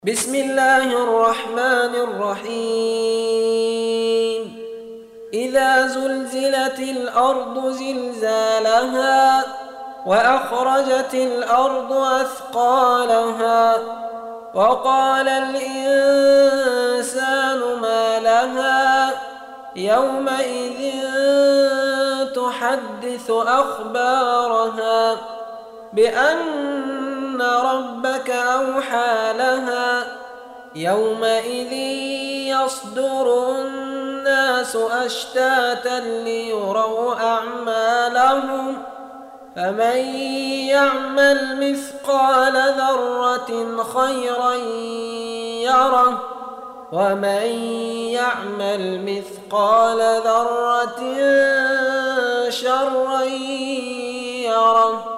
بسم الله الرحمن الرحيم إذا زلزلت الأرض زلزالها وأخرجت الأرض أثقالها وقال الإنسان ما لها يومئذ تحدث أخبارها بأن ربك أوحى لها يومئذ يصدر الناس أشتاتا ليروا أعمالهم فمن يعمل مثقال ذرة خيرا يره ومن يعمل مثقال ذرة شرا يره.